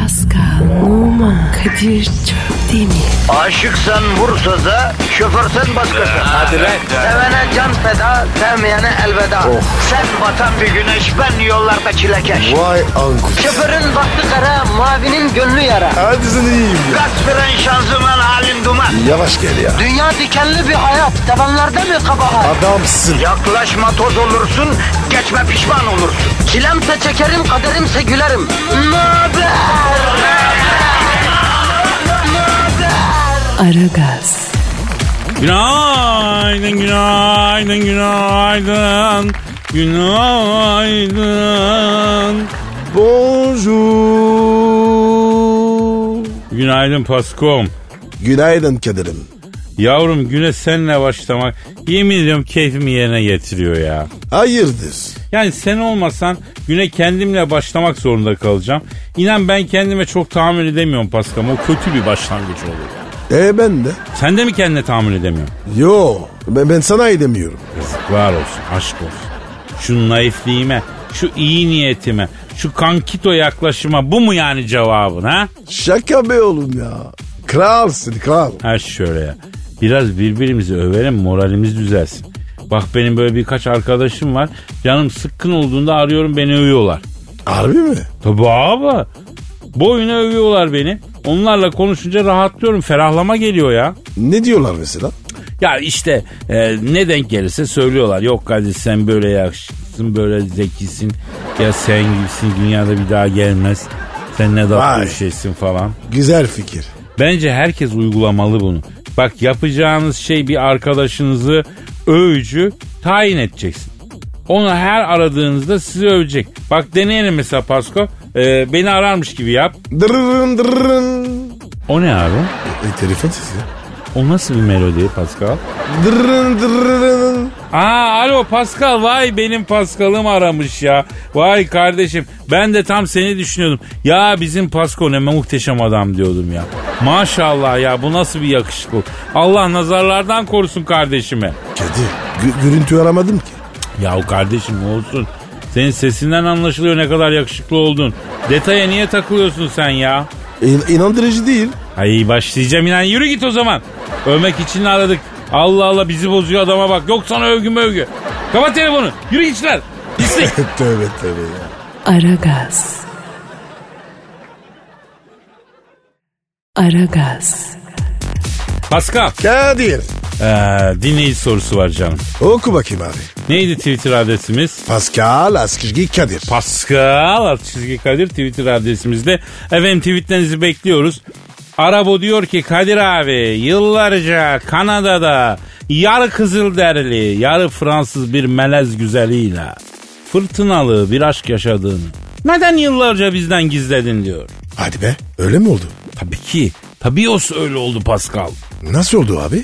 Pascal, Oman, Kadir çok değil mi? Aşıksan vursa da, şoförsen başkasın. Hadi lan. Sevene can feda, sevmeyene elveda. Sen batan bir güneş, ben yollarda çilekeş. Vay anku. Şoförün baktı kara, mavinin gönlü yara. Hadi sen iyiyim ya. Kasperen şanzıman halin duman. Yavaş gel ya. Dünya dikenli bir hayat, sevenlerde mi kabahar? Adamsın. Yaklaşma toz olursun, geçme pişman olursun. Çilemse çekerim, kaderimse gülerim. Möber! Aragaz, Günaydın, günaydın, günaydın, günaydın. Bonjour. Günaydın Paskom. Günaydın Kadir'im. Yavrum güne seninle başlamak yemin ediyorum keyfimi yerine getiriyor ya. Hayırdır? Yani sen olmasan güne kendimle başlamak zorunda kalacağım. İnan ben kendime çok tahammül edemiyorum Paskom. O kötü bir başlangıç oluyor. Ben de. Sen de mi kendine tahammül edemiyorsun? Yo ben sana edemiyorum. Yazıklar olsun, aşk olsun. Şu naifliğime, şu iyi niyetime, şu kankito yaklaşıma bu mu yani cevabın ha? Şaka be oğlum ya. Kralsın kral. Ha şöyle ya. Biraz birbirimizi övelim, moralimiz düzelsin. Bak benim böyle birkaç arkadaşım var. Canım sıkkın olduğunda arıyorum, beni övüyorlar. Harbi mi? Tabii abi. Boyuna övüyorlar beni. Onlarla konuşunca rahatlıyorum. Ferahlama geliyor ya. Ne diyorlar mesela? Ya işte ne denk gelirse söylüyorlar. Yok Kadir sen böyle yakışıklısın, böyle zekisin. Ya sen gibisin dünyada bir daha gelmez. Sen ne tatlı bir şeysin falan. Güzel fikir. Bence herkes uygulamalı bunu. Bak yapacağınız şey bir arkadaşınızı övücü tayin edeceksin. Onu her aradığınızda sizi övecek. Bak deneyelim mesela Pasko. Beni ararmış gibi yap. Dırırın dırırın. O ne abi? Telefon sesi. O nasıl bir melodi Pascal? Dırırın dırırın. Alo Pascal, vay benim Pascal'ım aramış ya. Vay kardeşim ben de tam seni düşünüyordum. Ya bizim Pascal ne muhteşem adam diyordum ya. Maşallah ya, bu nasıl bir yakışıklı. Allah nazarlardan korusun kardeşime. Kadir görüntü aramadım ki. Ya kardeşim olsun. Senin sesinden anlaşılıyor ne kadar yakışıklı oldun. Detaya niye takılıyorsun sen ya? İnandırıcı değil. Ay başlayacağım inan. Yürü git o zaman. Övmek için aradık. Allah Allah bizi bozuyor adama bak. Yok sana övgü mövgü. Kapat telefonu. Yürü git şunlar. İstek. Tövbe tövbe ya. Aragaz. Aragaz. Pascal. Kadir. Dinleyici sorusu var canım. Oku bakayım abi. Neydi Twitter adresimiz? Pascal Askizgi Kadir. Pascal _Kadir Twitter adresimizde. Efendim tweetlerinizi bekliyoruz. Arabo diyor ki Kadir abi yıllarca Kanada'da yarı Kızılderili yarı Fransız bir melez güzeliyle fırtınalı bir aşk yaşadığını neden yıllarca bizden gizledin diyor. Hadi be öyle mi oldu? Tabii ki. Tabii o öyle oldu Pascal. Nasıl oldu abi?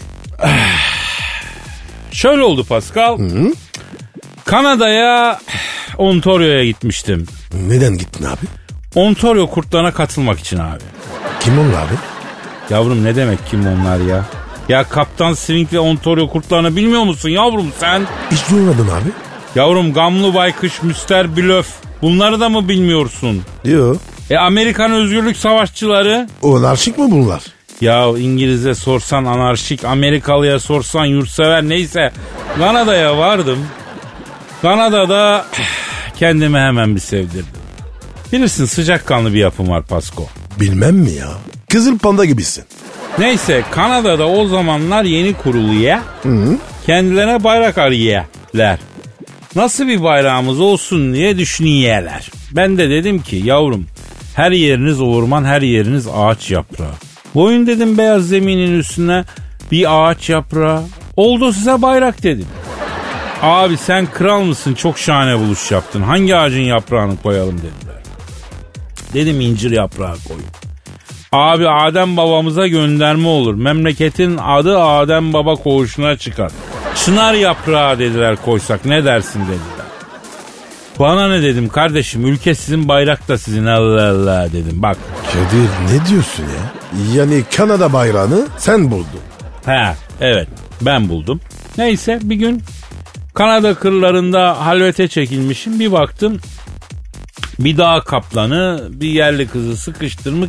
Şöyle oldu Pascal. Hı-hı. Kanada'ya Ontario'ya gitmiştim. Neden gittin abi? Ontario kurtlarına katılmak için abi. Kim onlar abi? Yavrum ne demek kim onlar ya? Ya Kaptan Swing ve Ontario kurtlarını bilmiyor musun yavrum sen? Hiç duymadım abi. Yavrum Gamlı Baykış, Müster Blöf bunları da mı bilmiyorsun? Yok. Amerikan özgürlük savaşçıları? O anarşik mi bunlar? Ya İngiliz'e sorsan anarşik, Amerikalıya sorsan yurtsever neyse. Kanada'ya vardım. Kanada'da kendimi hemen bir sevdirdim. Bilirsin sıcakkanlı bir yapım var Pasko. Bilmem mi ya? Kızıl panda gibisin. Neyse Kanada'da o zamanlar yeni kurulu ye. Kendilerine bayrak arıyorlar. Nasıl bir bayrağımız olsun diye düşünüyorlar. Ben de dedim ki yavrum her yeriniz orman her yeriniz ağaç yaprağı. Koyun dedim beyaz zeminin üstüne bir ağaç yaprağı. Oldu size bayrak dedim. Abi sen kral mısın çok şahane buluş yaptın. Hangi ağacın yaprağını koyalım dediler. Dedim incir yaprağı koyun. Abi Adem babamıza gönderme olur. Memleketin adı Adem baba koğuşuna çıkar. Çınar yaprağı dediler koysak ne dersin dediler. Bana ne dedim kardeşim ülke sizin bayrak da sizin Allah Allah dedim bak. Kadir ne diyorsun ya? Yani Kanada bayrağını sen buldun. He evet ben buldum. Neyse bir gün Kanada kırlarında halvete çekilmişim bir baktım. Bir dağ kaplanı bir yerli kızı sıkıştırmış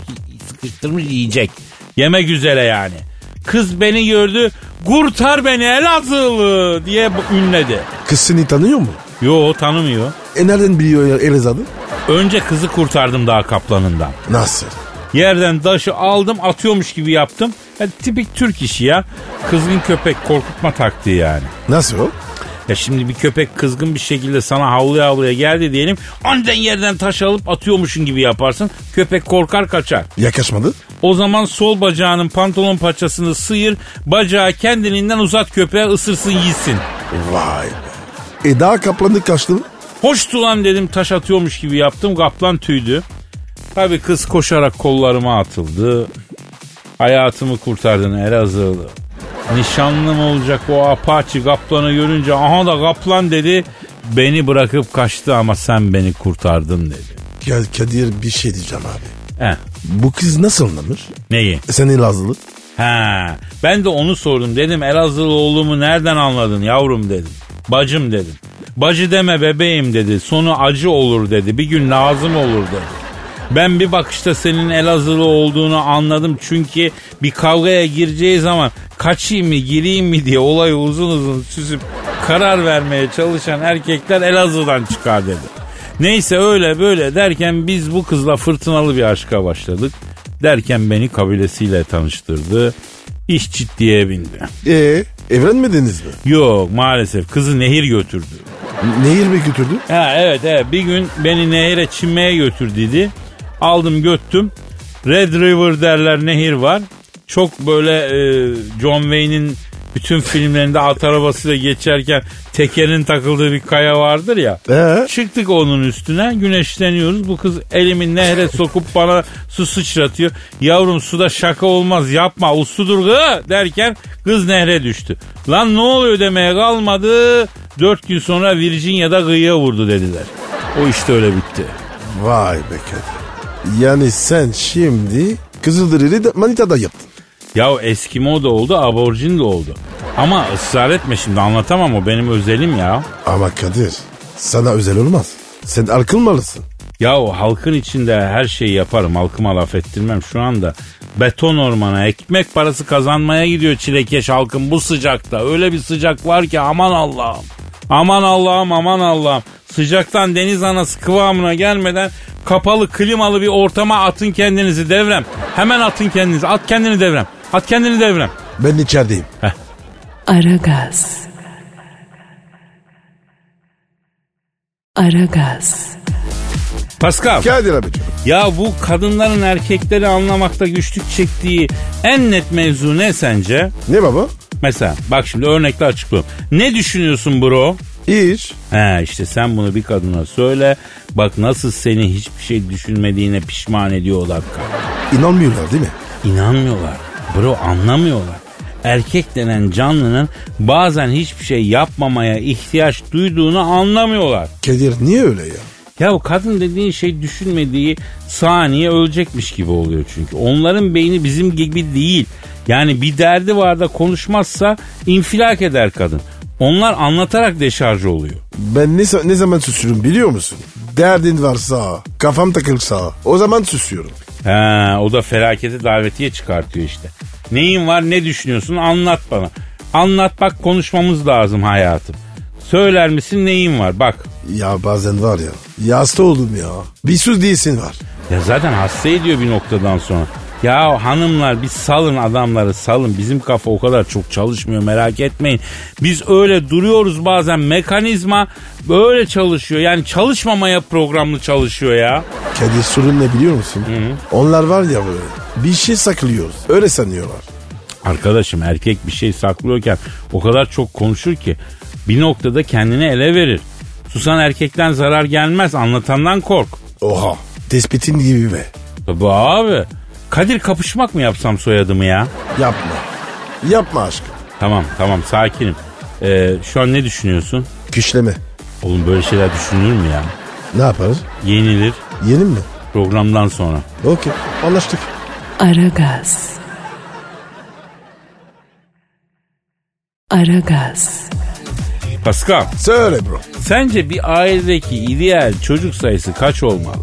yiyecek. Yemek üzere yani. Kız beni gördü, kurtar beni Elazığlı diye ünledi. Kız seni tanıyor mu? Yo, tanımıyor. Nereden biliyor ya Elazığ'ı? Önce kızı kurtardım dağ kaplanından. Nasıl? Yerden taşı aldım, atıyormuş gibi yaptım. Tipik Türk işi ya. Kızgın köpek korkutma taktiği yani. Nasıl o? Ya şimdi bir köpek kızgın bir şekilde sana havluya geldi diyelim. Aniden yerden taş alıp atıyormuşun gibi yaparsın. Köpek korkar kaçar. Yakışmadı. O zaman sol bacağının pantolon paçasını sıyır. Bacağı kendiliğinden uzat, köpeğe ısırsın yesin. Vay be. Daha kaplanı kaçtı mı? Hoştu lan dedim, taş atıyormuş gibi yaptım. Kaplan tüydü. Tabii kız koşarak kollarıma atıldı. Hayatımı kurtardın Elazığlı. Nişanlım olacak o apaçi kaplanı görünce aha da kaplan dedi. Beni bırakıp kaçtı ama sen beni kurtardın dedi. Gel Kadir, bir şey diyeceğim abi. He. Bu kız nasıl anlamış? Neyi? Sen Elazığlı. Ha, ben de onu sordum. Dedim Elazığlı olduğumu nereden anladın yavrum dedim. Bacım dedim. Bacı deme bebeğim dedi. Sonu acı olur dedi. Bir gün lazım olur dedi. Ben bir bakışta senin Elazığlı olduğunu anladım. Çünkü bir kavgaya gireceği zaman kaçayım mı gireyim mi diye olayı uzun süzüp karar vermeye çalışan erkekler Elazığ'dan çıkar dedi. Neyse öyle böyle derken biz bu kızla fırtınalı bir aşka başladık. Derken beni kabilesiyle tanıştırdı. İş ciddiye bindi. Evlenmediniz mi? Yok maalesef, kızı nehir götürdü. Nehir mi götürdü? Ha evet bir gün beni nehire çinmeye götür dedi. Aldım götürdüm. Red River derler, nehir var. Çok böyle John Wayne'in bütün filmlerinde at arabasıyla geçerken tekerin takıldığı bir kaya vardır ya. Çıktık onun üstüne, güneşleniyoruz. Bu kız elimi nehre sokup bana su sıçratıyor. Yavrum suda şaka olmaz, yapma usludur derken kız nehre düştü. Lan ne oluyor demeye kalmadı. 4 gün sonra Virginia'da kıyıya vurdu dediler. O işte öyle bitti. Vay be Kadir. Yani sen şimdi Kızılderili de Manita'da yaptın. Ya Eskimo da oldu, aborjin de oldu. Ama ısrar etme şimdi, anlatamam, o benim özelim ya. Ama Kadir, sana özel olmaz. Sen halkın Ya o halkın içinde her şeyi yaparım, halkıma laf ettirmem. Şu anda beton ormana ekmek parası kazanmaya gidiyor çilekeş halkın bu sıcakta. Öyle bir sıcak var ki aman Allah'ım. Aman Allah'ım aman Allah'ım. Sıcaktan deniz anası kıvamına gelmeden kapalı klimalı bir ortama atın kendinizi Devrem. Hemen atın kendinizi. At kendini Devrem. At kendini Devrem. Ben içerideyim. Aragaz. Aragaz. Pascal. Kadir abicim. Ya bu kadınların erkekleri anlamakta güçlük çektiği en net mevzu ne sence? Ne baba? Mesela bak şimdi örnekle açıklıyorum. Ne düşünüyorsun bro? Hiç. İşte sen bunu bir kadına söyle. Bak nasıl seni hiçbir şey düşünmediğine pişman ediyorlar. İnanmıyorlar değil mi? İnanmıyorlar. Bro, anlamıyorlar. Erkek denen canlının bazen hiçbir şey yapmamaya ihtiyaç duyduğunu anlamıyorlar. Kadir niye öyle ya? Ya o kadın dediğin şey düşünmediği saniye ölecekmiş gibi oluyor çünkü. Onların beyni bizim gibi değil. Yani bir derdi var da konuşmazsa infilak eder kadın. Onlar anlatarak deşarj oluyor. Ben ne zaman susuyorum biliyor musun? Derdin varsa, kafam takılsa o zaman susuyorum. O da felaketi davetiye çıkartıyor işte. Neyin var, ne düşünüyorsun, anlat bana. Anlat bak, konuşmamız lazım hayatım. Söyler misin neyin var bak. Ya bazen var ya hasta oldum ya. Bir sus değilsin var. Ya zaten hasta ediyor bir noktadan sonra. Ya hanımlar bir salın, adamları salın. Bizim kafa o kadar çok çalışmıyor, merak etmeyin. Biz öyle duruyoruz bazen, mekanizma böyle çalışıyor. Yani çalışmamaya programlı çalışıyor ya. Kadir sorun ne biliyor musun? Onlar var ya böyle bir şey saklıyoruz. Öyle sanıyorlar. Arkadaşım erkek bir şey saklıyorken o kadar çok konuşur ki bir noktada kendini ele verir. Susan erkekten zarar gelmez, anlatandan kork. Oha, tespitin gibi be. Tabii abi. Kadir kapışmak mı yapsam soyadımı ya? Yapma. Yapma aşkım. Tamam sakinim. Şu an ne düşünüyorsun? Küşleme. Oğlum böyle şeyler düşünülür mü ya? Ne yaparız? Yenilir. Yenim mi? Programdan sonra. Okey, anlaştık. Aragaz. Aragaz. Pascal, Söyle bro. sence bir ailedeki ideal çocuk sayısı kaç olmalı?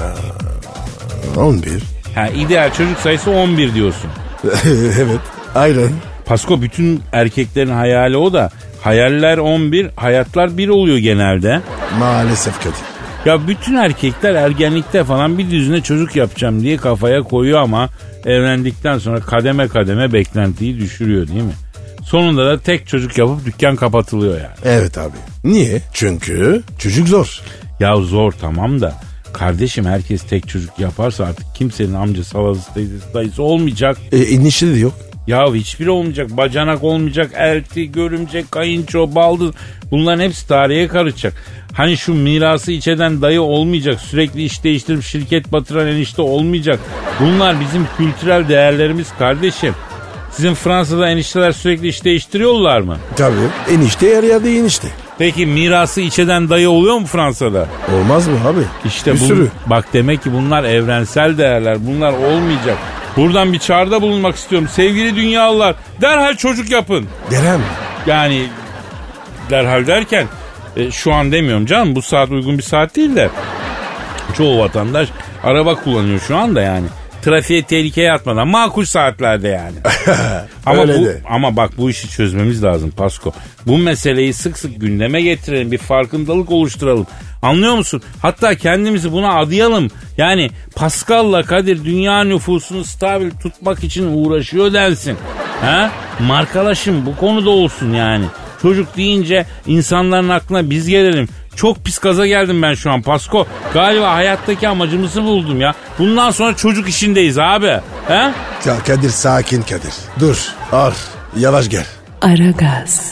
11. İdeal çocuk sayısı 11 diyorsun. Evet. Aynen. Pasko, bütün erkeklerin hayali o da. Hayaller 11, hayatlar 1 oluyor genelde. Maalesef Kadir. Ya bütün erkekler ergenlikte falan bir düzine çocuk yapacağım diye kafaya koyuyor ama evlendikten sonra kademe kademe beklentiyi düşürüyor değil mi? Sonunda da tek çocuk yapıp dükkan kapatılıyor yani. Evet abi. Niye? Çünkü çocuk zor. Ya zor tamam da kardeşim, herkes tek çocuk yaparsa artık kimsenin amcası, halası, teyzesi, dayısı olmayacak. Enişte de yok. Ya hiçbiri olmayacak. Bacanak olmayacak, elti, görümcek, kayınço, baldız. Bunların hepsi tarihe karışacak. Hani şu mirası iç eden dayı olmayacak. Sürekli iş değiştirip şirket batıran enişte olmayacak. Bunlar bizim kültürel değerlerimiz kardeşim. Sizin Fransa'da enişteler sürekli iş değiştiriyorlar mı? Tabii. Enişte her yerde enişte. Peki mirası iç eden dayı oluyor mu Fransa'da? Olmaz mı abi? İşte bir sürü. Bak demek ki bunlar evrensel değerler. Bunlar olmayacak. Buradan bir çağrıda bulunmak istiyorum. Sevgili dünyalılar, derhal çocuk yapın. Derem. Yani derhal derken şu an demiyorum canım, bu saat uygun bir saat değil de çoğu vatandaş araba kullanıyor şu anda yani. Trafiğe tehlikeye atmadan makul saatlerde yani. Ama bak bu işi çözmemiz lazım Pasko. Bu meseleyi sık sık gündeme getirelim, bir farkındalık oluşturalım. Anlıyor musun? Hatta kendimizi buna adayalım. Yani Pascal'la Kadir dünya nüfusunu stabil tutmak için uğraşıyor densin. Markalaşım bu konuda olsun yani. Çocuk deyince insanların aklına biz gelelim. Çok pis gaza geldim ben şu an Pasko. Galiba hayattaki amacımızı buldum ya. Bundan sonra çocuk işindeyiz abi. Ya Kadir, sakin Kadir. Dur. Yavaş gel. Aragaz.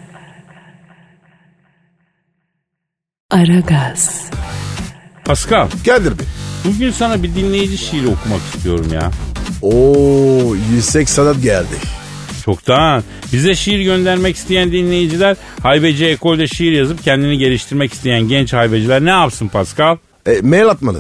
Aragaz. Pascal, Kadir Bey. bugün sana bir dinleyici şiiri okumak istiyorum ya. Yüksek sanat geldi. Çoktan. Bize şiir göndermek isteyen dinleyiciler, haybeci ekolde şiir yazıp kendini geliştirmek isteyen genç haybeciler ne yapsın Pascal? Mail atmalı.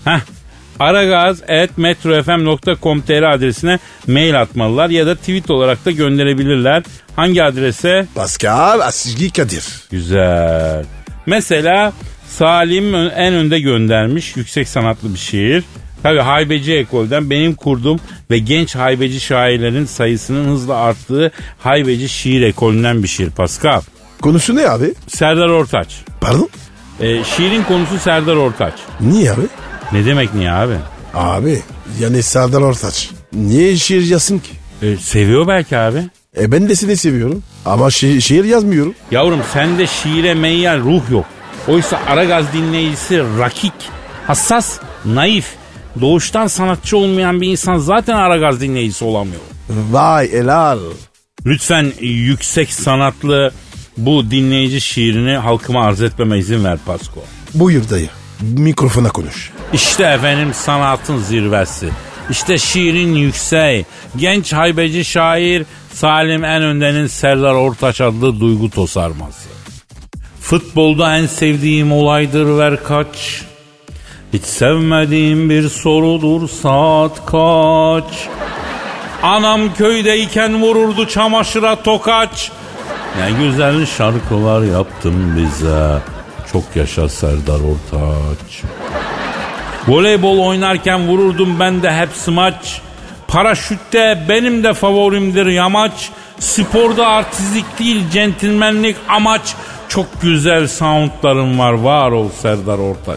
aragaz@metrofm.com.tr adresine mail atmalılar ya da tweet olarak da gönderebilirler. Hangi adrese? Pascal Askizgi Kadir. Güzel. Mesela Salim en önde göndermiş yüksek sanatlı bir şiir. Tabii haybeci ekolden benim kurduğum ve genç haybeci şairlerin sayısının hızla arttığı haybeci şiir ekolünden bir şiir Pascal. Konusu ne abi? Serdar Ortaç. Pardon? Şiirin konusu Serdar Ortaç. Niye abi? Ne demek niye abi? Abi yani Serdar Ortaç. Niye şiir yazsın ki? Seviyor belki abi. Ben de seni seviyorum. Ama şiir yazmıyorum. Yavrum sende şiire meyyal ruh yok. Oysa Aragaz dinleyicisi rakik, hassas, naif, doğuştan sanatçı olmayan bir insan zaten Aragaz dinleyicisi olamıyor. Vay helal. Lütfen yüksek sanatlı bu dinleyici şiirini halkıma arz etmeme izin ver Pasko. Buyur dayı. Mikrofona konuş. İşte efendim sanatın zirvesi. İşte şiirin yükseği. Genç haybeci şair Salim Enönder'in Serdar Ortaç adlı duygu tosarması. Futbolda en sevdiğim olaydır ver kaç. Hiç sevmediğim bir sorudur saat kaç. Anam köydeyken vururdu çamaşıra tokaç. Ne güzel şarkılar yaptın bize. Çok yaşa Serdar Ortaç. Voleybol oynarken vururdum ben de hep smaç. Paraşütte benim de favorimdir yamaç. Sporda artistlik değil centilmenlik amaç. Çok güzel soundlarım var ol Serdar Ortaç.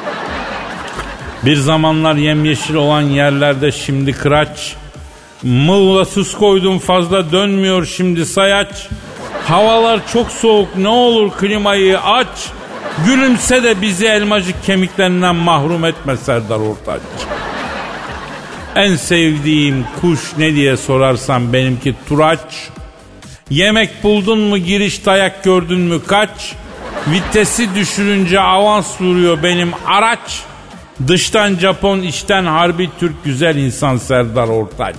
Bir zamanlar yemyeşil olan yerlerde şimdi kıraç. Mığla sus koydum fazla dönmüyor şimdi sayaç. Havalar çok soğuk ne olur klimayı aç. Gülümse de bizi elmacık kemiklerinden mahrum etme Serdar Ortaç. En sevdiğim kuş ne diye sorarsan benimki turaç. Yemek buldun mu giriş dayak gördün mü kaç. Vitesi düşürünce avans vuruyor benim araç. Dıştan Japon içten harbi Türk güzel insan Serdar Ortaç.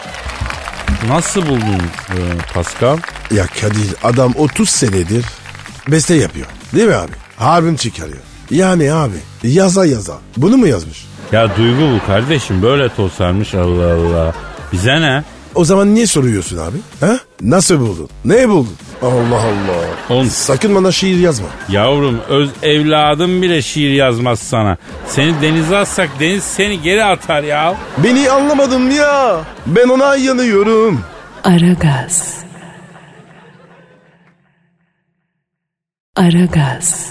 Nasıl buldun Pascal? Ya Kadir adam 30 senedir beste yapıyor. Değil mi abi? Harbim çıkarıyor. Yani abi yaza. Bunu mu yazmış? Ya duygu bu kardeşim böyle tosarmış Allah Allah. Bize ne? O zaman niye soruyorsun abi? Ha? Nasıl buldun? Ne buldun? Allah Allah. Oğlum, Sakın bana şiir yazma. yavrum öz evladım bile şiir yazmaz sana. Seni denize atsak deniz seni geri atar ya. Beni anlamadın ya. Ben ona yanıyorum. Aragaz. Aragaz.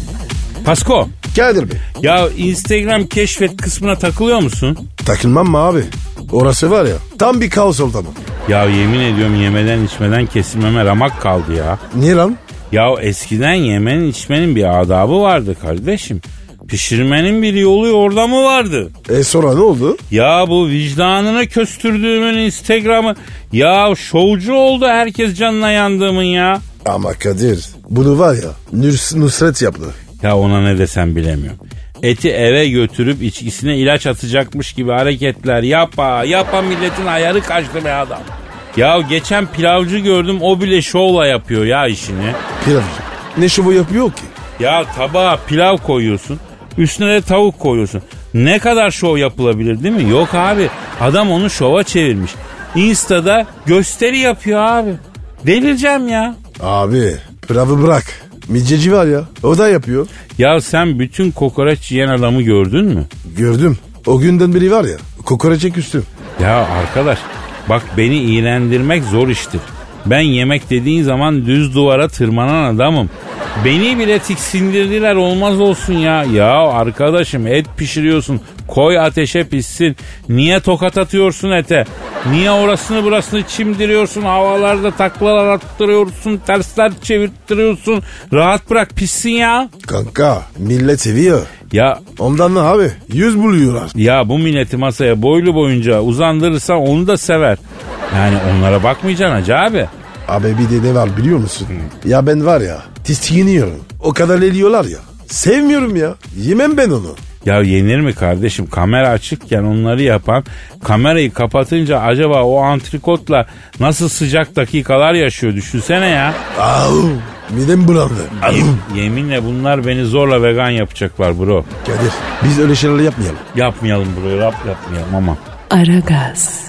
Pasko, Kadir Bey. ya Instagram keşfet kısmına takılıyor musun? Takılmam mı abi? Orası var ya tam bir kaos ortamı. Ya yemin ediyorum yemeden içmeden kesilmeme ramak kaldı ya. Niye lan? Ya eskiden yemenin içmenin bir adabı vardı kardeşim. Pişirmenin bir yolu orada mı vardı? Sonra ne oldu? Ya bu vicdanını köstürdüğümün Instagram'ı ya şovcu oldu herkes canına yandığımın ya. Ama Kadir bunu var ya Nusret yaptı. Ya ona ne desem bilemiyorum. Eti eve götürüp içkisine ilaç atacakmış gibi hareketler yapa milletin ayarı kaçtı be adam. Ya geçen pilavcı gördüm o bile şovla yapıyor ya işini. Pilavcı. Ne şovu yapıyor ki? Ya tabağa pilav koyuyorsun üstüne de tavuk koyuyorsun. Ne kadar şov yapılabilir değil mi? Yok abi adam onu şova çevirmiş. Insta'da gösteri yapıyor abi. Delireceğim ya. Abi pilavı bırak. Midyeci var ya o da yapıyor. Ya sen bütün kokoreç yiyen adamı gördün mü? Gördüm. O günden beri var ya kokoreçe küstüm. Ya arkadaş bak beni iğrendirmek zor iştir. Ben yemek dediğin zaman düz duvara tırmanan adamım. Beni bile tiksindirdiler olmaz olsun ya. Ya arkadaşım et pişiriyorsun koy ateşe pişsin. Niye tokat atıyorsun ete? Niye orasını burasını çimdiriyorsun? Havalarda taklalar attırıyorsun. Tersler çevirttiriyorsun. Rahat bırak pişsin ya. Kanka millet seviyor. Ya Ondan da abi 100 buluyorlar. ya bu milleti masaya boylu boyunca uzandırırsan onu da sever. Yani onlara bakmayacaksın hacı abi. Abi bir de ne var biliyor musun? Ya ben var ya tiskiniyorum. O kadar eliyorlar ya. Sevmiyorum ya. Yemem ben onu. Ya yenir mi kardeşim? Kamera açıkken onları yapan kamerayı kapatınca acaba o antrikotla nasıl sıcak dakikalar yaşıyor düşünsene ya. Au, midem bulandı. Yeminle bunlar beni zorla vegan yapacaklar bro. Kadir biz öyle şeyler yapmayalım. Yapmayalım bro yapmayalım ama. Aragaz.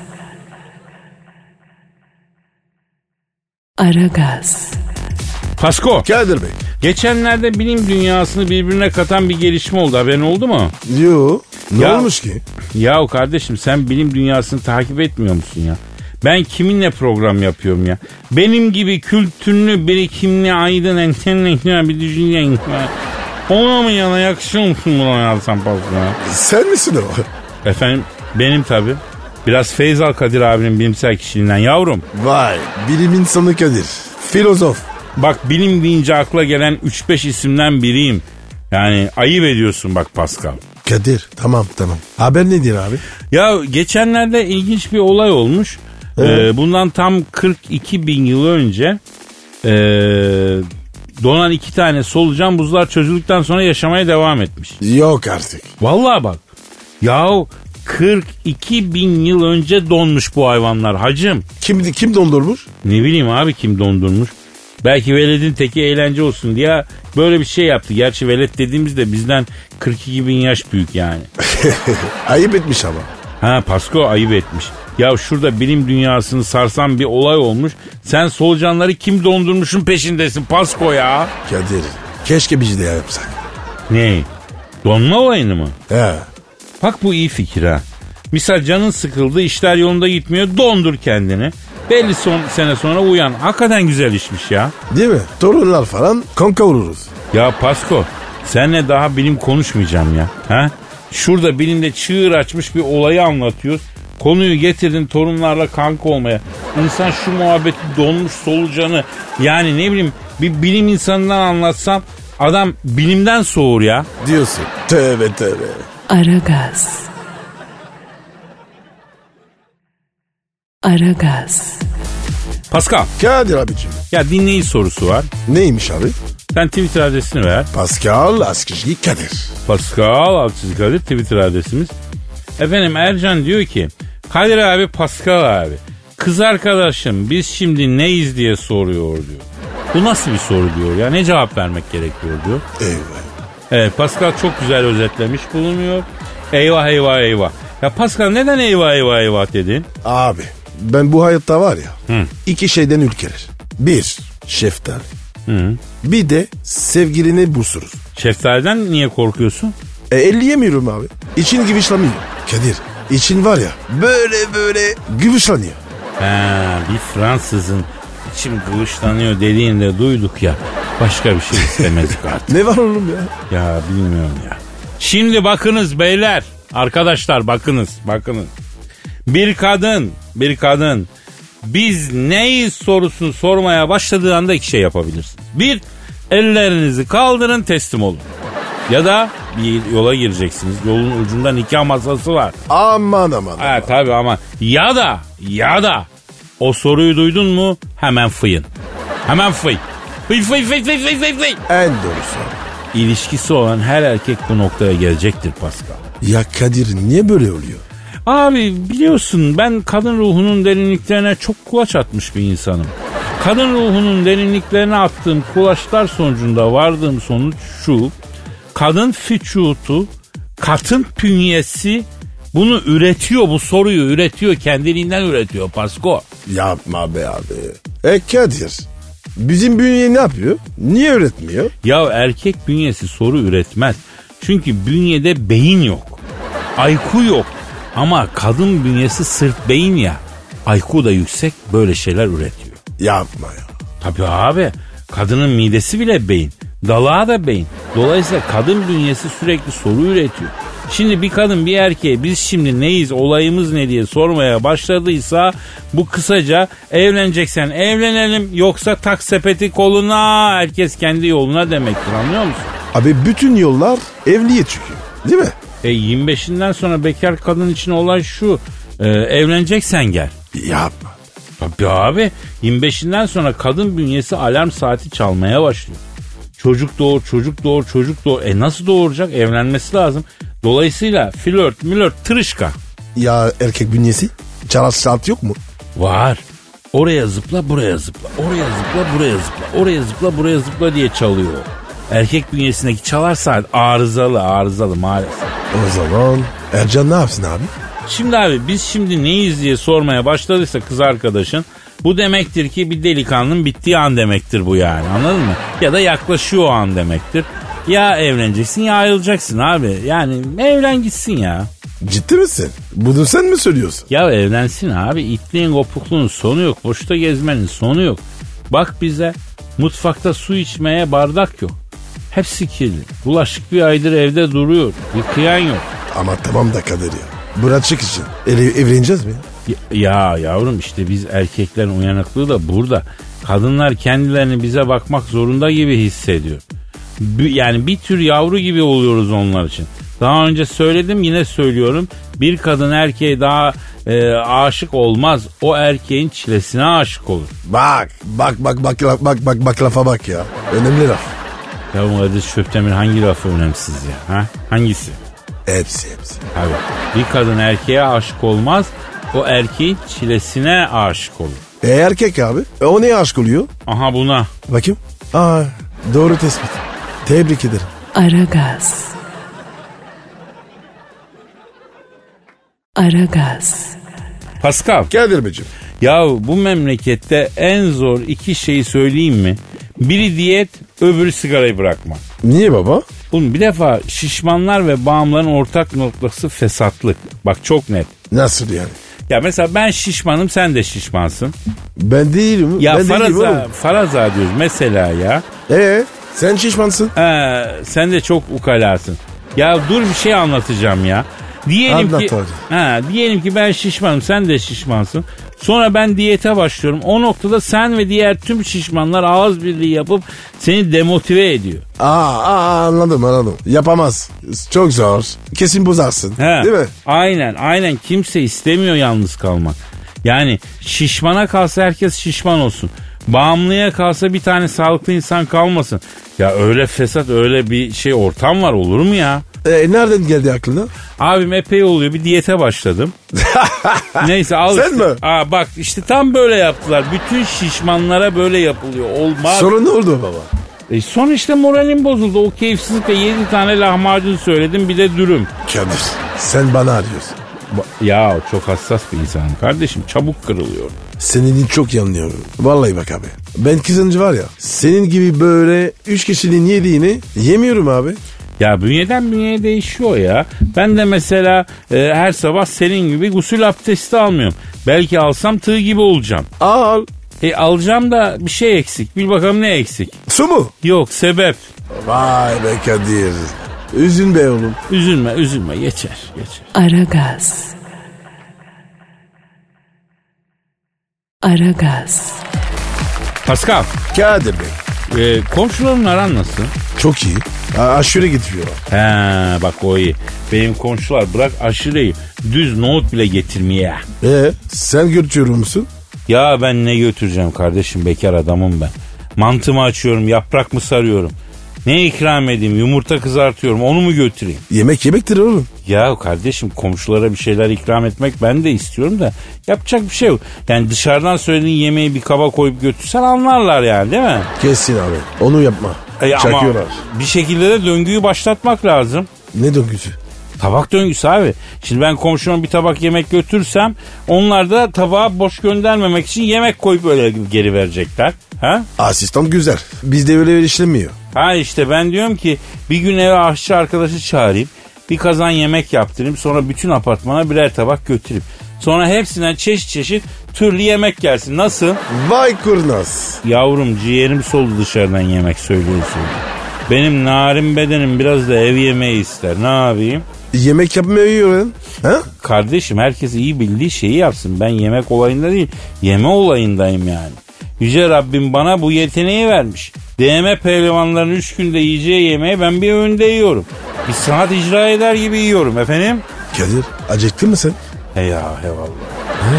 Aragaz. Pasko. Kadir Bey. Geçenlerde bilim dünyasını birbirine katan bir gelişme oldu. Haberin oldu mu? Yo. Ne Ya- olmuş ki? Yahu kardeşim sen bilim dünyasını takip etmiyor musun ya? Ben kiminle program yapıyorum ya? Benim gibi kültürlü, birikimli, aydın, entelektüel bir düşünceyin. Ona mı yana yakışıyor musun buna ya sen Pasko ya? Sen misin o? Efendim benim tabii. Biraz feyz al Kadir abinin bilimsel kişiliğinden yavrum. Vay bilim insanı Kadir. Filozof. Bak bilim deyince akla gelen 3-5 isimden biriyim. Yani ayıp ediyorsun bak Pascal. Kadir tamam. Haber nedir abi? Ya geçenlerde ilginç bir olay olmuş. Bundan tam 42 bin yıl önce donan 2 tane solucan buzlar çözüldükten sonra yaşamaya devam etmiş. Yok artık. Vallahi bak. Yahu 42 bin yıl önce donmuş bu hayvanlar hacım. Kim dondurmuş? Ne bileyim abi kim dondurmuş. Belki veledin teki eğlence olsun diye böyle bir şey yaptı. Gerçi velet dediğimizde bizden 42 bin yaş büyük yani. Ayıp etmiş ama. Ha Pasko ayıp etmiş. Ya şurada bilim dünyasını sarsan bir olay olmuş. Sen solucanları kim dondurmuşun peşindesin Pasko ya. Kadir keşke biz de yapsak. Ne? Donma olayını mı? He. Bak bu iyi fikir ha. Misal canın sıkıldı işler yolunda gitmiyor dondur kendini. Belli sene sonra uyan. Hakikaten güzel işmiş ya. Değil mi? Torunlar falan kan kavururuz. Ya Pasko seninle daha bilim konuşmayacağım ya. Ha? Şurada bilimde çığır açmış bir olayı anlatıyoruz. Konuyu getirdin torunlarla kanka olmaya. İnsan şu muhabbeti donmuş solucanı yani ne bileyim bir bilim insanından anlatsam adam bilimden soğur ya. Diyorsun. Tövbe. Aragaz. Aragaz. Pascal Kadir abicim. ya dinleyici sorusu var. Neymiş abi? Sen Twitter adresini ver. Pascal Askışgi Kadir. Pascal Altçizikadir Twitter adresimiz. Efendim Ercan diyor ki Kadir abi Pascal abi kız arkadaşım biz şimdi neyiz diye soruyor diyor. Bu nasıl bir soru diyor ya ne cevap vermek gerekiyor diyor. Eyvah. Evet Pascal çok güzel özetlemiş bulunuyor. Eyvah. Ya Pascal neden eyvah dedin? Abi Ben bu hayatta var ya, iki şeyden ürkerir. Bir, şeftali. Bir de sevgilini buluruz. Şeftaliden niye korkuyorsun? Elleyemiyorum abi. İçin gıvışlamıyor. Kadir, için var ya böyle gıvışlanıyor. Bir Fransızın içim gıvışlanıyor dediğinde duyduk ya. Başka bir şey istemezdik artık. Ne var oğlum ya? Ya bilmiyorum ya. Şimdi bakınız beyler. Arkadaşlar bakınız. Bir kadın biz neyiz sorusunu sormaya başladığı anda iki şey yapabilirsiniz. Bir, ellerinizi kaldırın, teslim olun. Ya da bir yola gireceksiniz. Yolun ucunda nikah masası var. Aman. Ha tabii ama ya da o soruyu duydun mu hemen fıyın. Hemen fıy. Fıy. En doğrusu. İlişkisi olan her erkek bu noktaya gelecektir Pascal. Ya Kadir niye böyle oluyor? Abi biliyorsun ben kadın ruhunun derinliklerine çok kulaç atmış bir insanım. Kadın ruhunun derinliklerine attığım kulaçlar sonucunda vardığım sonuç şu. Kadın vücudu, kadın bünyesi bunu üretiyor, bu soruyu üretiyor, kendiliğinden üretiyor Pasko. Yapma be abi. Kadir, bizim bünye ne yapıyor? Niye üretmiyor? Ya erkek bünyesi soru üretmez. Çünkü bünyede beyin yok. IQ yok. Ama kadın bünyesi sırf beyin ya. IQ da yüksek, böyle şeyler üretiyor. Yapma ya. Tabii abi. Kadının midesi bile beyin. Dalağı da beyin. Dolayısıyla kadın bünyesi sürekli soru üretiyor. Şimdi bir kadın bir erkeğe biz şimdi neyiz, olayımız ne diye sormaya başladıysa bu kısaca evleneceksen evlenelim, yoksa tak sepeti koluna, herkes kendi yoluna demektir, anlıyor musun? Abi bütün yollar evliye çıkıyor, değil mi? 25'inden sonra bekar kadın için olay şu, evleneceksen gel. Yapma. Tabii abi, 25'inden sonra kadın bünyesi alarm saati çalmaya başlıyor. Çocuk doğur. Nasıl doğuracak? Evlenmesi lazım. Dolayısıyla flört, tırışka. Ya erkek bünyesi? Çalar saat yok mu? Var. Oraya zıpla, buraya zıpla. Oraya zıpla, buraya zıpla. Oraya zıpla, buraya zıpla diye çalıyor. Erkek bünyesindeki çalar saat arızalı maalesef. O zaman Ercan ne yapsın abi? Şimdi abi biz şimdi neyiz diye sormaya başladıysa kız arkadaşın, bu demektir ki bir delikanlının bittiği an demektir bu yani, anladın mı? Ya da yaklaşıyor o an demektir. Ya evleneceksin ya ayrılacaksın abi. Yani evlen gitsin ya. Ciddi misin? Bunu sen mi söylüyorsun? Ya evlensin abi. İtliğin kopukluğun sonu yok. Boşta gezmenin sonu yok. Bak bize, mutfakta su içmeye bardak yok. Hepsi kirli. Bulaşık bir aydır evde duruyor. Yıkayan yok. Ama tamam da Kadir ya. Burakçık için evleneceğiz mi ya? Ya yavrum işte biz erkeklerin uyanıklığı da burada. Kadınlar kendilerini bize bakmak zorunda gibi hissediyor. Yani bir tür yavru gibi oluyoruz onlar için. Daha önce söyledim, yine söylüyorum. Bir kadın erkeğe daha aşık olmaz. O erkeğin çilesine aşık olur. Bak lafa bak ya. Önemli laf. Ya bu Kadir Şöptemir hangi lafı önemsiz ya? Ha? Hangisi? Hepsi. Abi bir kadın erkeğe aşık olmaz. O erkeğin çilesine aşık olur. Erkek abi. O neye aşık oluyor? Aha buna. Bakayım. Doğru tespit. Tebrik ederim. Aragaz. Pascal. Kadir Beyciğim. Ya bu memlekette en zor iki şeyi söyleyeyim mi? Biri diyet, öbürü sigarayı bırakmak. Niye baba? Oğlum bir defa şişmanlar ve bağımlıların ortak noktası fesatlık. Bak çok net. Nasıl yani? Ya mesela ben şişmanım, sen de şişmansın. Ben değilim. Ya ben faraza diyoruz mesela ya. Sen şişmansın. Sen de çok ukalasın. Ya dur bir şey anlatacağım ya. Diyelim ki ben şişmanım, sen de şişmansın. Sonra ben diyete başlıyorum. O noktada sen ve diğer tüm şişmanlar ağız birliği yapıp seni demotive ediyor. Anladım. Yapamaz. Çok zor. Kesin bozarsın. Değil mi? Aynen. Kimse istemiyor yalnız kalmak. Yani şişmana kalsa herkes şişman olsun. Bağımlıya kalsa bir tane sağlıklı insan kalmasın. Ya öyle fesat, öyle bir şey ortam var, olur mu ya? Nereden geldi aklına? Abim epey oluyor, bir diyete başladım. Neyse al. Sen mi? Bak işte tam böyle yaptılar. Bütün şişmanlara böyle yapılıyor. Olmaz. Sorun ne oldu baba? Son işte moralim bozuldu. O keyifsizlikle 7 tane lahmacun söyledim, bir de dürüm. Kadir sen bana arıyorsun. Ya çok hassas bir insanım kardeşim, çabuk kırılıyor. Senin çok iyi anlıyorum. Vallahi bak abi. Ben kızınca var ya, senin gibi böyle 3 kişinin yediğini yemiyorum abi. Ya bünyeden bünyeye değişiyor ya. Ben de mesela her sabah senin gibi gusül abdesti almıyorum. Belki alsam tığ gibi olacağım. Al. Alacağım da bir şey eksik. Bil bakalım ne eksik? Su mu? Yok, sebep. Vay be Kadir. Üzün be oğlum. Üzülme geçer. Aragaz. Pascal, Kadir Bey. komşuların aran nasıl? Çok iyi. Aşure getiriyorlar. He bak o iyi. Benim komşular bırak aşureyi, düz nohut bile getirmeye. Sen götürüyor musun? Ya ben ne götüreceğim kardeşim, bekar adamım ben. Mantımı açıyorum, yaprak mı sarıyorum? Ne ikram edeyim, yumurta kızartıyorum, onu mu götüreyim? Yemek yemektir oğlum. Ya kardeşim, komşulara bir şeyler ikram etmek ben de istiyorum da yapacak bir şey yok. Yani dışarıdan söylediğin yemeği bir kaba koyup götürsen anlarlar yani, değil mi? Kesin abi. Onu yapma. Ama Çakıyorlar. bir şekilde de döngüyü başlatmak lazım. Ne döngüsü? Tabak döngüsü abi. Şimdi ben komşuma bir tabak yemek götürsem onlar da tabağı boş göndermemek için yemek koyup öyle geri verecekler. Ha? Asistan güzel. Bizde öyle işlemiyor. Ha işte ben diyorum ki bir gün eve aşçı arkadaşı çağırayım. Bir kazan yemek yaptırayım. Sonra bütün apartmana birer tabak götüreyim. Sonra hepsinden çeşit çeşit türlü yemek gelsin. Nasıl? Vay kurnaz. Yavrum ciğerim soldu dışarıdan yemek söylüyorsun. Benim narin bedenim biraz da ev yemeği ister. Ne yapayım? Yemek yapmayı yiyorsun. Ha? Kardeşim herkes iyi bildiği şeyi yapsın. Ben yemek olayında değil, yeme olayındayım yani. Yüce Rabbim bana bu yeteneği vermiş. DM pehlivanların 3 günde yiyeceği yemeği ben bir öğünde yiyorum. Bir sanat icra eder gibi yiyorum efendim. Kadir acıktın mı sen? He ya eyvallah.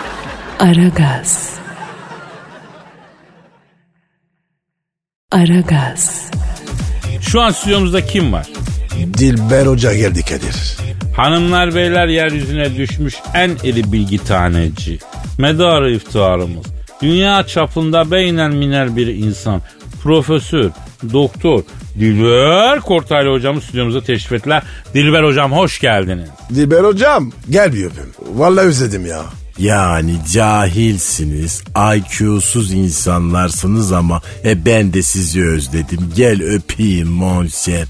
Aragaz. Şu an stüdyomuzda kim var? Dilber Hoca geldi Kadir. Hanımlar beyler, yeryüzüne düşmüş en iri bilgi taneci. Medarı iftiharımız. Dünya çapında beynel minel bir insan. Profesör, doktor Dilber Kortaylı hocamız stüdyomuza teşrif ettiler. Dilber hocam hoş geldiniz. Dilber Hocam gel bir öpeyim. Vallahi özledim ya. Yani cahilsiniz, IQ'suz insanlarsınız ama ben de sizi özledim. Gel öpeyim monşer.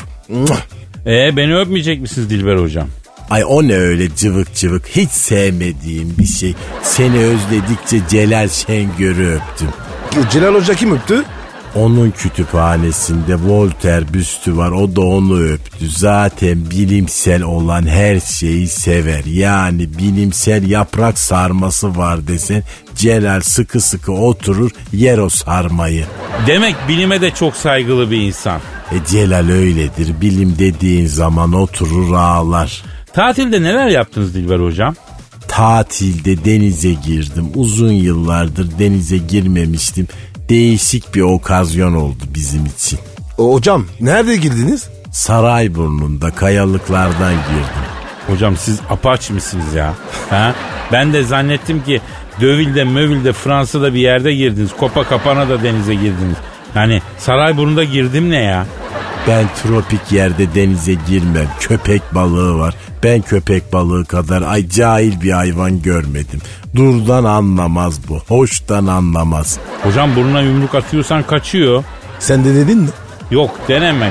Beni öpmeyecek misiniz Dilber hocam? Ay o ne öyle cıvık cıvık, hiç sevmediğim bir şey. Seni özledikçe Celal Şengör'ü öptüm. Celal Hoca kim öptü? Onun kütüphanesinde Voltaire büstü var, o da onu öptü. Zaten bilimsel olan her şeyi sever. Yani bilimsel yaprak sarması var desen Celal sıkı sıkı oturur yer o sarmayı. Demek bilime de çok saygılı bir insan. Celal öyledir, bilim dediğin zaman oturur ağlar. Tatilde neler yaptınız Dilber hocam? Tatilde denize girdim. Uzun yıllardır denize girmemiştim. Değişik bir okazyon oldu bizim için. Hocam nerede girdiniz? Sarayburnu'nda kayalıklardan girdim. Hocam siz apaç mısınız ya? Ha? Ben de zannettim ki Döville'de Mövil'de Fransa'da bir yerde girdiniz. Copacapana'da denize girdiniz. Yani Sarayburnu'nda girdim ne ya? Ben tropik yerde denize girmem. Köpek balığı var. Ben köpek balığı kadar cahil bir hayvan görmedim. Durdan anlamaz bu. Hoştan anlamaz. Hocam burnuna yumruk atıyorsan kaçıyor. Sen de dedin mi? Yok denemedim.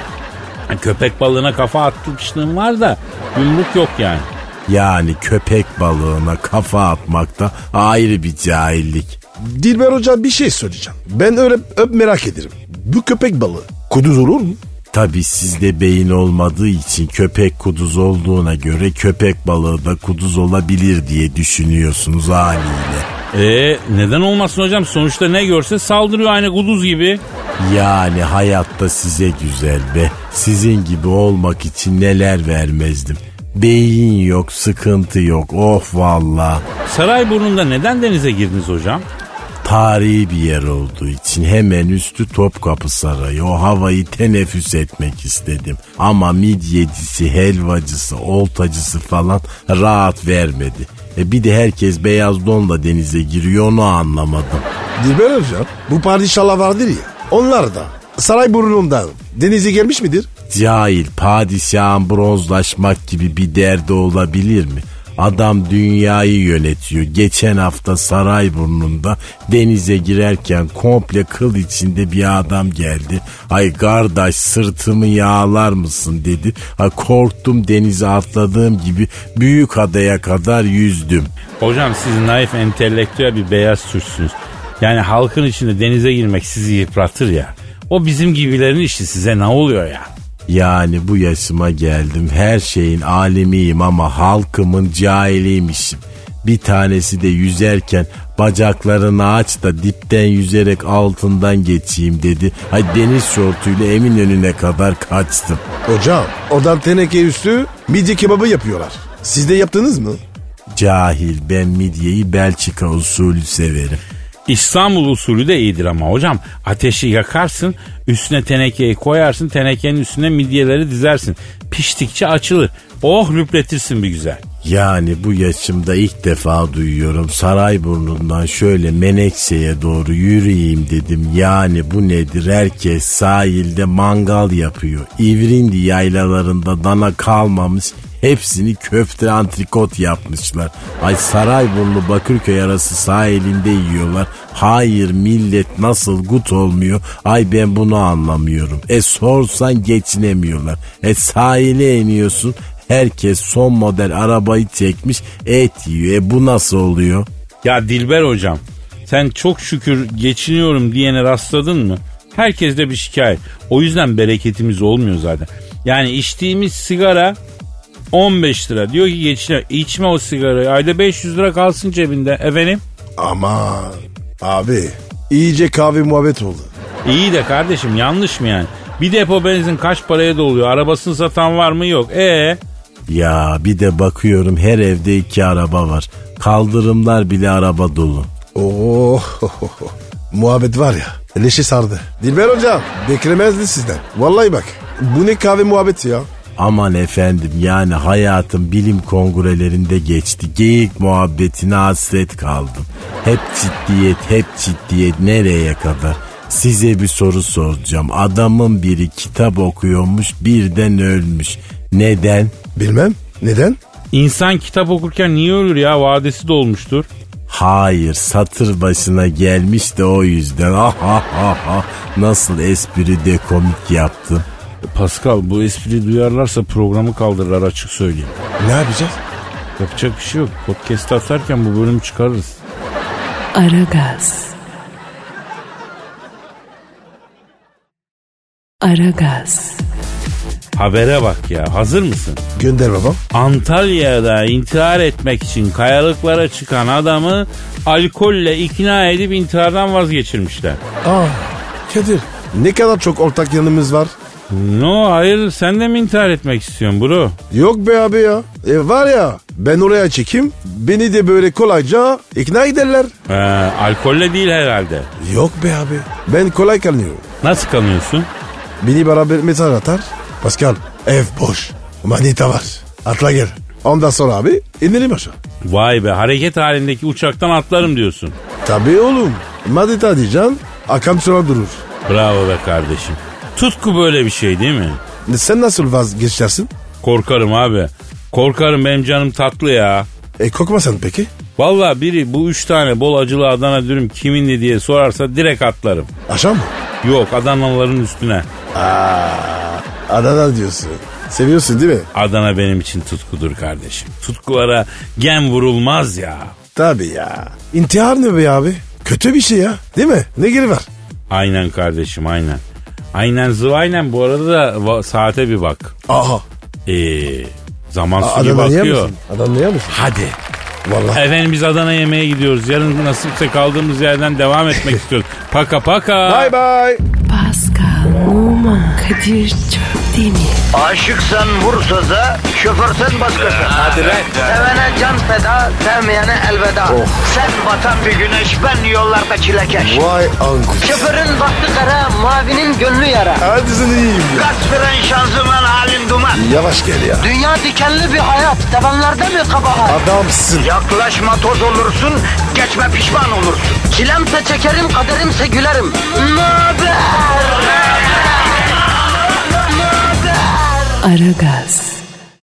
Köpek balığına kafa atmışlığım var da yumruk yok yani. Yani köpek balığına kafa atmak da ayrı bir cahillik. Dilber Hoca bir şey söyleyeceğim. Ben öyle merak ederim. Bu köpek balığı kuduz olur mu? Tabii sizde beyin olmadığı için köpek kuduz olduğuna göre köpek balığı da kuduz olabilir diye düşünüyorsunuz haliyle. Neden olmasın hocam? Sonuçta ne görse saldırıyor aynı kuduz gibi. Yani hayatta size güzel be. Sizin gibi olmak için neler vermezdim. Beyin yok, sıkıntı yok. Of valla. Sarayburnu'nda neden denize girdiniz hocam? Tarihi bir yer olduğu için hemen üstü Topkapı Sarayı. O havayı teneffüs etmek istedim. Ama midyecisi, helvacısı, oltacısı falan rahat vermedi. Bir de herkes beyaz donla denize giriyor, onu anlamadım. Dilber Hoca bu padişahlar vardır ya, onlar da Sarayburnu'ndan denize gelmiş midir? Cahil padişahın bronzlaşmak gibi bir derdi olabilir mi? Adam dünyayı yönetiyor. Geçen hafta Sarayburnu'nda denize girerken komple kıl içinde bir adam geldi. Ay kardeş sırtımı yağlar mısın dedi. Ay korktum, denize atladığım gibi büyük adaya kadar yüzdüm. Hocam siz naif entelektüel bir beyaz Türksünüz. Yani halkın içinde denize girmek sizi yıpratır ya. O bizim gibilerin işi, size ne oluyor ya? Yani bu yaşıma geldim, her şeyin alemiyim ama halkımın cahiliymişim. Bir tanesi de yüzerken bacaklarını aç da dipten yüzerek altından geçeyim dedi. Ay deniz şortuyla Eminönü'ne kadar kaçtım. Hocam oradan teneke üstü midye kebabı yapıyorlar. Siz de yaptınız mı? Cahil, ben midyeyi Belçika usulü severim. İstanbul usulü de iyidir ama hocam. Ateşi yakarsın, üstüne tenekeyi koyarsın, tenekenin üstüne midyeleri dizersin. Piştikçe açılır. Oh, lüpletirsin bir güzel. Yani bu yaşımda ilk defa duyuyorum. Sarayburnu'ndan şöyle Menekşe'ye doğru yürüyeyim dedim. Yani bu nedir? Herkes sahilde mangal yapıyor. İvrindi yaylalarında dana kalmamış. Hepsini köfte antrikot yapmışlar. Ay Sarayburnu Bakırköy arası sahilinde yiyorlar. Hayır millet nasıl gut olmuyor? Ay ben bunu anlamıyorum. Sorsan geçinemiyorlar. Sahile iniyorsun. Herkes son model arabayı çekmiş et yiyor. Bu nasıl oluyor? Ya Dilber hocam, sen çok şükür geçiniyorum diyene rastladın mı? Herkeste bir şikayet. O yüzden bereketimiz olmuyor zaten. Yani içtiğimiz sigara 15 lira. Diyor ki geçine içme o sigarayı. Ayda 500 lira kalsın cebinde. Efendim? Aman abi iyice kahve muhabbet oldu. İyi de kardeşim, yanlış mı yani? Bir depo benzin kaç paraya doluyor? Arabasını satan var mı? Yok. Ya bir de bakıyorum her evde 2 araba var. Kaldırımlar bile araba dolu. Oh, muhabbet var ya leşi sardı. Dilber hocam beklemezdi sizden. Vallahi bak bu ne kahve muhabbeti ya. Aman efendim, yani hayatım bilim kongrelerinde geçti. Geyik muhabbetine hasret kaldım. Hep ciddiyet nereye kadar? Size bir soru soracağım. Adamın biri kitap okuyormuş, birden ölmüş. Neden? Bilmem. Neden? İnsan kitap okurken niye ölür ya? Vadesi dolmuştur. Hayır, satır başına gelmiş de o yüzden. Nasıl espri de komik yaptım. Pascal, bu espriyi duyarlarsa programı kaldırırlar, açık söyleyeyim. Ne yapacağız? Yapacak bir şey yok. Podcast atarken bu bölümü çıkarırız. Aragaz. Aragaz. Habere bak ya, hazır mısın? Gönder babam. Antalya'da intihar etmek için kayalıklara çıkan adamı alkolle ikna edip intihardan vazgeçirmişler. Kadir ne kadar çok ortak yanımız var. No, hayır, sen de mi intihar etmek istiyorsun bro? Yok be abi ya. Var ya ben oraya çekeyim beni de böyle kolayca ikna ederler. Alkolle değil herhalde. Yok be abi ben kolay kanıyorum. Nasıl kanıyorsun? Beni beraber mesaj atar. Pascal ev boş. Manita var. Atla gel. Ondan sonra abi inelim aşağı. Vay be, hareket halindeki uçaktan atlarım diyorsun. Tabii oğlum. Manita diyeceksin. Akan sonra durur. Bravo be kardeşim. Tutku böyle bir şey değil mi? Sen nasıl vazgeçersin? Korkarım abi. Korkarım, benim canım tatlı ya. Korkmasan peki? Vallahi biri bu 3 tane bol acılı Adana dürüm kimindi diye sorarsa direkt atlarım. Aşağı mı? Yok, Adanalıların üstüne. Adana diyorsun. Seviyorsun değil mi? Adana benim için tutkudur kardeşim. Tutkulara gem vurulmaz ya. Tabii ya. İntihar ne be abi? Kötü bir şey ya. Değil mi? Ne geri var? Aynen kardeşim, aynen. Aynen zıvaynen, bu arada da saate bir bak. Aha. Zaman su gibi akıyor. Adana'ya mısın? Hadi. Vallahi. Efendim biz Adana yemeğe gidiyoruz. Yarın nasipse kaldığımız yerden devam etmek istiyoruz. Paka paka. Bye bye. Pascal, Oman, Kadir çok değil mi? Aşıksan vursa da şoförsen başkasın. Hadi lan. Sevene can feda, sevmeyene elveda. Sen batan bir güneş, ben yollarda çilekeş. Vay anku. Şoförün baktı kara, mavinin gönlü yara. Hadi sen iyiyim ya. Kasperen şanzıman halin duman. Yavaş gel ya. Dünya dikenli bir hayat, sevenlerde mi kabahar? Adamsın. Yaklaşma toz olursun, geçme pişman olursun. Çilemse çekerim, kaderimse gülerim. Möber! Aragaz.